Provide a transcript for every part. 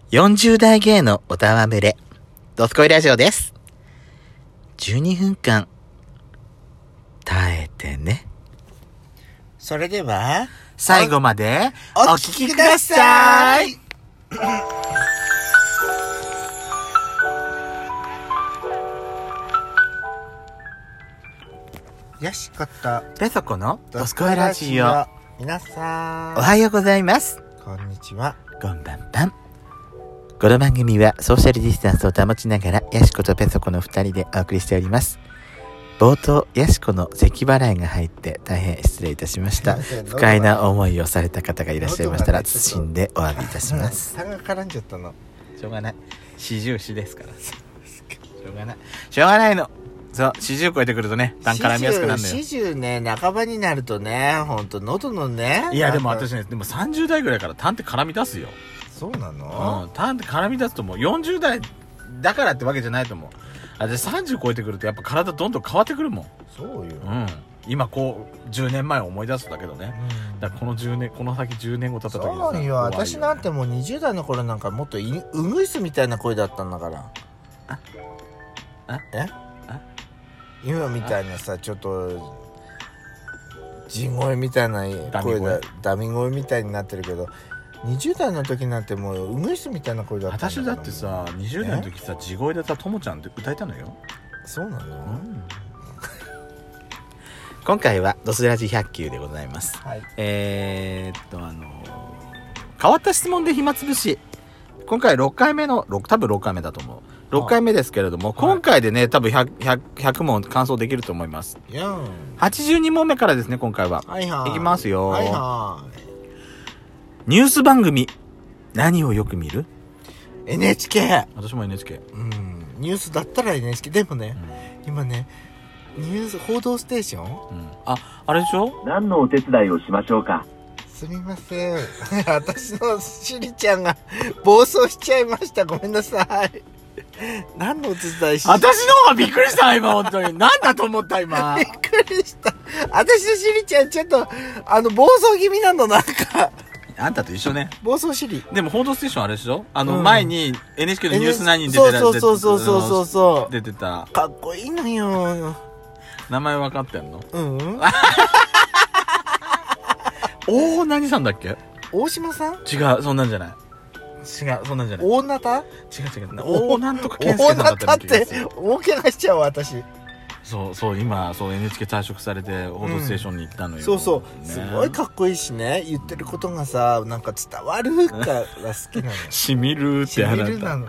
40代芸のおたわむれ、ドスコイラジオです。12分間、耐えてね。 それでは、 最後までお聞きください。 よしことペソコのドスコイラジオ。 皆さん、 おはようございます。 こんにちは。 こんばんばん。この番組はソーシャルディスタンスを保ちながらヤシコとペソコの2人でお送りしております。冒頭ヤシコの咳払いが入って大変失礼いたしました。不快な思いをされた方がいらっしゃいましたら謹んでお詫びいたします。 痰が絡んじゃったの。 しょうがない、四十四ですからしょうがないの。そう四十超えてくるとね痰絡みやすくなるのよ。 四十ね、半ばになるとね、ほんと喉のね、 いやでも私ね、でも30代ぐらいから痰って絡み出すよ。 そうなの？ 痰って絡み出すと思う。40代だからってわけじゃないと思う。私30超えてくるとやっぱ体どんどん変わってくるもん。 そうよ。 今こう10年前を思い出すだけどね。だからこの先10年後経った時にさ。 そうよ。私なんてもう20代の頃なんかもっとウグイスみたいな声だったんだから。今みたいなさ、ちょっと地声みたいな声だ、ダミ声みたいになってるけど、20代の時なんてもうウグイスみたいな声だったんだから。 私だってさ20代の時さ地声でさともちゃんって歌えたのよ。 そうなの？ 今回はドスラジ100球でございます。 はい、 変わった質問で暇つぶし。今回6回目の多分6回目だと思う。6回目ですけれども、今回でね多分100問完走できると思います。82問目からですね今回は。いきますよ。ニュース番組何をよく見る？ NHK。 私も NHK。 ニュースだったら NHK。 でもね、今ねニュース報道ステーション、 あれでしょ？ 何のお手伝いをしましょうか？ すみません私のシリちゃんが暴走しちゃいました。ごめんなさい。何のお手伝いし？ 私の方がびっくりした今本当に。何だと思った今。 びっくりした。私のシリちゃんちょっと暴走気味なの。なんかあんたと一緒ね。 暴走シリ。 でも報道ステーションあれでしょ？前に NHK のニュース9に出てた。 そう出てた。 かっこいいのよ。 名前分かってんの？何さんだっけ？ 大島さん？ 違う、そんなんじゃない。そんなんじゃない。 大ナタ？ 違う。大なんとか健介さんだった気がする。 大怪我しちゃう私。 そう今NHK 退職されて報道ステーションに行ったのよ。 そう、すごいかっこいいしね、言ってることがさなんか伝わるから好きなの。 しみるって話だった。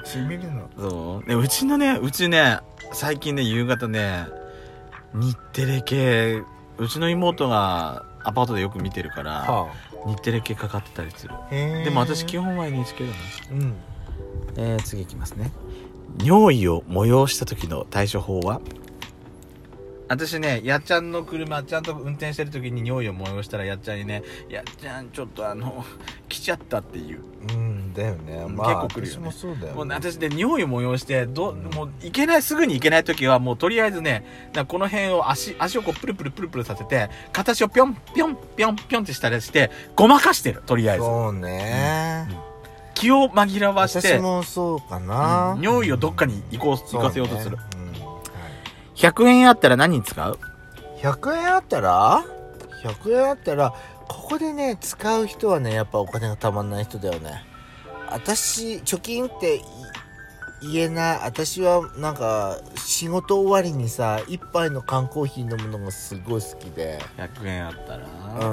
しみるの。 そうね、うちね最近ね夕方ね日テレ系、うちの妹がアパートでよく見てるから、日テレ系かかってたりする。でも私基本は NHK だな。次いきますね。尿意を催した時の対処法は？私ね、やっちゃんの車ちゃんと運転してる時に尿意を催したらやっちゃんにね、やっちゃんちょっと来ちゃったっていう。 だよね。 結構来るよね。 私もそうだよね。 もう私で尿意を催してもうすぐに行けない時はもうとりあえずね、この辺を足をこうプルプルさせて、片足をピョンピョンピョンピョンってしたりしてごまかしてる。とりあえず。 そうね。 気を紛らわして。 私もそうかな。 尿意をどっかに行かせようとする。100円あったら何に使う？ 100 円あったらここでね使う人はねやっぱお金がたまんない人だよね。私貯金って言えない。私はなんか仕事終わりにさ一杯の缶コーヒー飲むのがすごい好きで。 100円あったら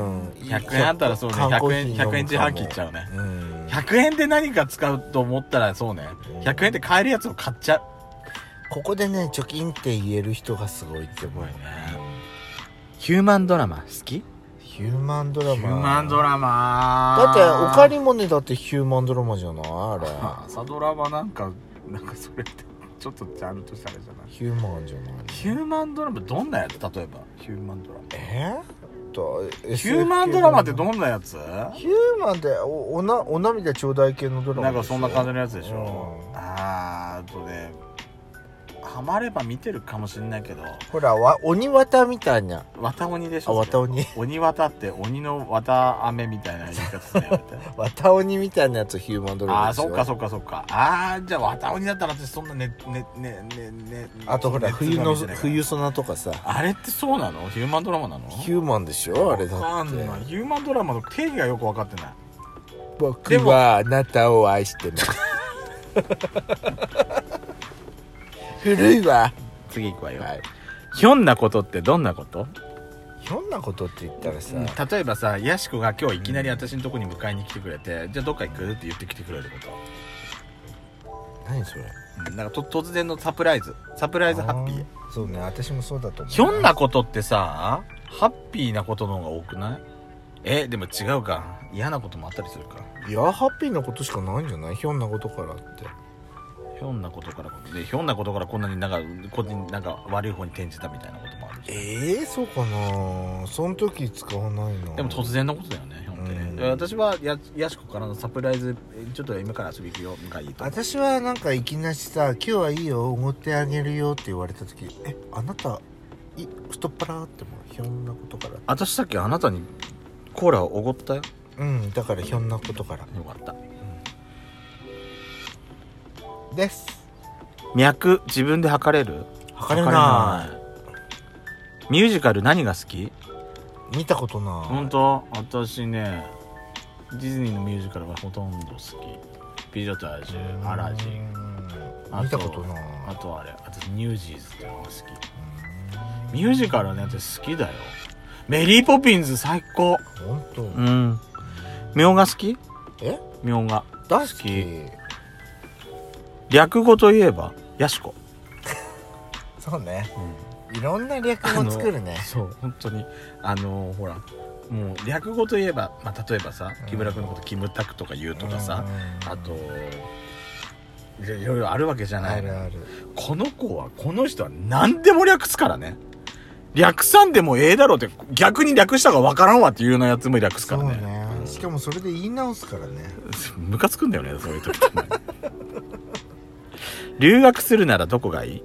100 円あったらそうね。100円自販機いっちゃうね。100円で何か使うと思ったらそうね。100円で買えるやつを買っちゃう。 ここでね貯金って言える人がすごいって思うね。 ヒューマンドラマ好き？ ヒューマンドラマだっておかえりモネだってヒューマンドラマじゃないあれ。 朝ドラマなんかそれってちょっとジャンルとしてあれじゃない？ ヒューマンじゃない。 ヒューマンドラマどんなやつ？例えばヒューマンドラマヒューマンドラマってどんなやつ？ヒューマンってお涙ちょうだい系のドラマ。 なんかそんな感じのやつでしょ。 ハマれば見てるかもしれないけど、 ほら鬼綿みたいな。 綿鬼でしょ。 綿鬼。 鬼綿って鬼の綿飴みたいな言い方するよ綿鬼みたいなやつヒューマンドラゴンでしょ。 そっかそっかそっか。じゃあ綿鬼だったら私そんなあとほら冬ソナとかさ。 あれってそうなの？ヒューマンドラマなの？ ヒューマンでしょあれだって。 わかんない。ヒューマンドラマの定義がよく分かってない。 僕はあなたを愛してます古いわ。 次行くわよ、はい、ひょんなことってどんなこと？ ひょんなことって言ったらさ、 例えばさ、やしこが今日いきなり私のとこに迎えに来てくれて、じゃあどっか行くって言ってきてくれること。何それ？ なんか突然のサプライズハッピー。 そうね、私もそうだと思う。 ひょんなことってさ、ハッピーなことの方が多くない？でも違うか、嫌なこともあったりするか。 いや、ハッピーなことしかないんじゃない？ひょんなことからって。 ひょんなことからこんなになんか悪い方に転じたみたいなこともある。 そうかな。その時使わないな。 でも突然のことだよね、ひょんってね。私はやしこからのサプライズ、ちょっと今から遊び行くよがいいと。 私はなんかいきなりさ、今日はいいよ、おごってあげるよって言われた時、あなた太っ腹ってもひょんなことから。 私さっきあなたにコーラをおごったよ。 だからひょんなことから。 よかった、 です。 脈自分で測れる？ 測れない。 ミュージカル何が好き？ 見たことない。 本当？私ね、ディズニーのミュージカルがほとんど好き。美女と野獣、アラジン、 見たことない。 あとあれ、私ニュージーズっていうのが好き。ミュージカルはね、私好きだよ。メリーポピンズ最高。 本当？ みょうが好き？みょうが大好き。 略語といえばやしこ。 そうね、いろんな略語作るね。 そう本当にほら、もう略語といえば、例えばさ、木村君のことキムタクとか言うとかさ、あといろいろあるわけじゃない。 ある。 この人は何でも略すからね。略さんでもだろうって、逆に略したか分からんわっていうようなやつも略すからね。 そうね、しかもそれで言い直すからね。 ムカつくんだよね、そういう時って留学するならどこがいい？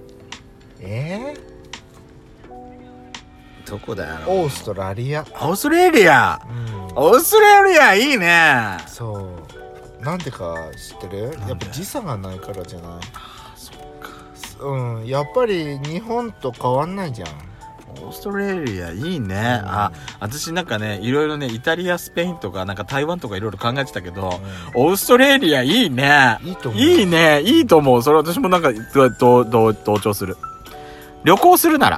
どこだよ。 オーストラリア。 オーストラリア、オーストラリアいいね。 そうなんでか知ってる？やっぱ時差がないからじゃない？ そっか。やっぱり日本と変わんないじゃん。 オーストラリアいいね。私なんかね、いろいろね、イタリア、スペインとかなんか台湾とかいろいろ考えてたけど、オーストラリアいいね。 いいと思う。 いいね、いいと思う。それ私もなんか同調する。旅行するなら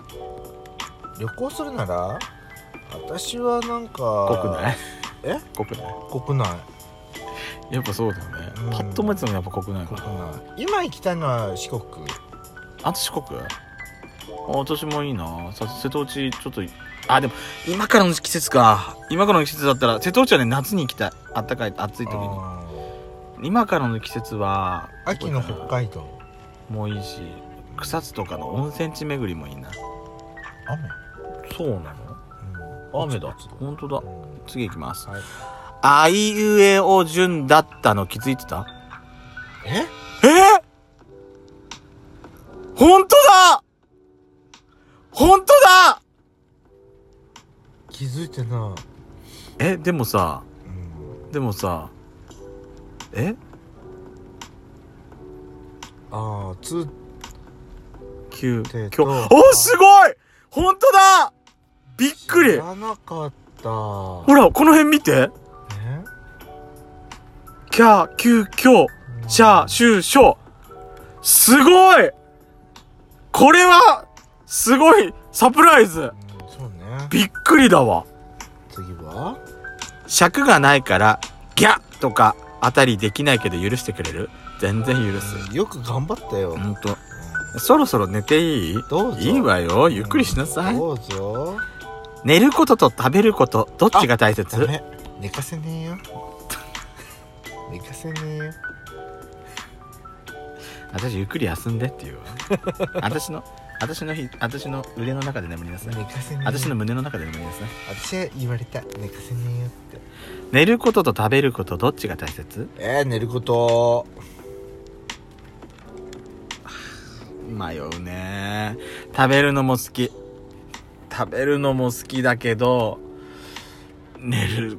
私はなんか国内？ 国内。 やっぱそうだよね。パッと思ってたのやっぱ国内。 今行きたいのは四国。 四国？私もいいな。瀬戸内ちょっと。でも今からの季節か。今からの季節だったら瀬戸内はね、夏に行きたい。あったかい暑い時に。今からの季節は秋の北海道もういいし、草津とかの温泉地巡りもいいな。そうなの？雨だ。本当だ。次行きます。あいうえお順だったの気づいてた？本当だ！ 気づいてない。 でもさ、 つ 9お、すごい！本当だ！びっくり！ 知らなかった。 ほら、この辺見て。キャ、キュ、キョ、シャ、シュ、ショ。すごい！これは、すごいサプライズ。 そうね。 びっくりだわ。 次は？ 尺がないから、ギャとかあたりできないけど許してくれる？全然許す。 よく頑張ったよ。 本当。そろそろ寝ていい？ どうぞ。 いいわよ。ゆっくりしなさい。 どうぞ。 寝ることと食べること、どっちが大切？ ダメ。寝かせねえよ。寝かせねえよ。 私ゆっくり休んでっていうわ。私の腕の中で眠りなさい。 寝かせねえよ。 私の胸の中で眠りなさい。 私は言われた。寝かせねえよって。 寝ることと食べることどっちが大切？ 寝ること。 迷うね。食べるのも好きだけど、寝る。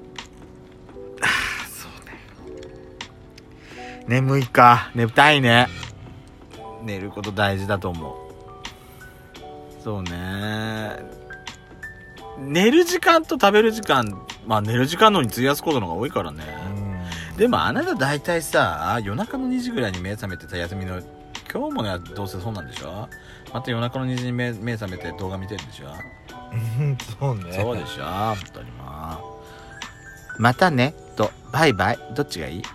そうね。眠いか。眠たいね。寝ること大事だと思う。そうね。寝る時間と食べる時間、まあ寝る時間のに費やすことの方が多いからね。でもあなた大体さ、夜中の2時ぐらいに目覚めてた休みの、今日もね、どうせそうなんでしょ。また夜中の2時に目覚めて動画見てるんでしょ。 そうね。 そうでしょ、本当にもう。またねとバイバイ、どっちがいい？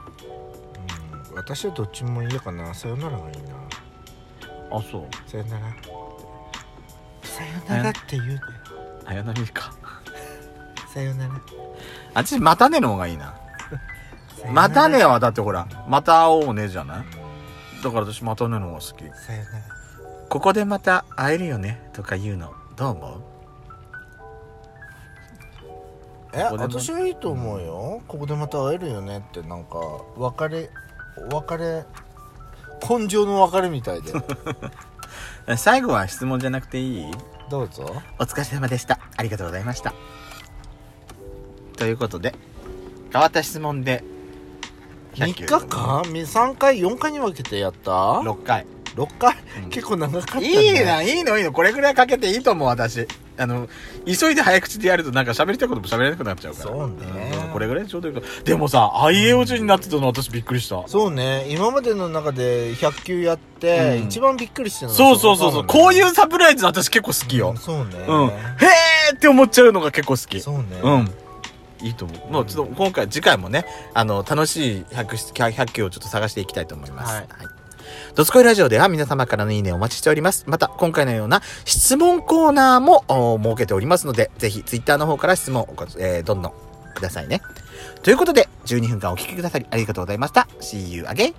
私はどっちも嫌かな。さよならがいいな。 あ、そう。 さよなら。さよならって言うね。 綾波か。 さよなら。 私またねの方がいいな。またねはだってほら、また会おうねじゃない？だから私またねの方が好き。 さよなら。 ここでまた会えるよねとか言うのどう思う？ 私はいいと思うよ。ここでまた会えるよねってなんか別れ根性の別れみたいで。 最後は質問じゃなくていい？ どうぞ。 お疲れ様でした。ありがとうございました。ということで変わった質問で 3日間3回4回に分けてやった？ 6回、 結構長かったね。 いいのこれぐらいかけていいと思う。私急いで早口でやるとなんか喋りたいことも喋れなくなっちゃうから。 そうね、 これぐらいちょうどいいか。でもさ、IAOJ になってたの私びっくりした。 そうね、今までの中で100球やって、一番びっくりしてるのそう、こういうサプライズ私結構好きよ。 そうね、 へーって思っちゃうのが結構好き。 そうね、 いいと思う。もうちょっと次回もね、楽しい100球をちょっと探していきたいと思います。はい。ドスコイラジオでは皆様からのいいねをお待ちしております。また、今回のような質問コーナーも設けておりますので、ぜひツイッターの方から質問を、どんどんくださいね。ということで、12分間お聞きくださりありがとうございました。See you again!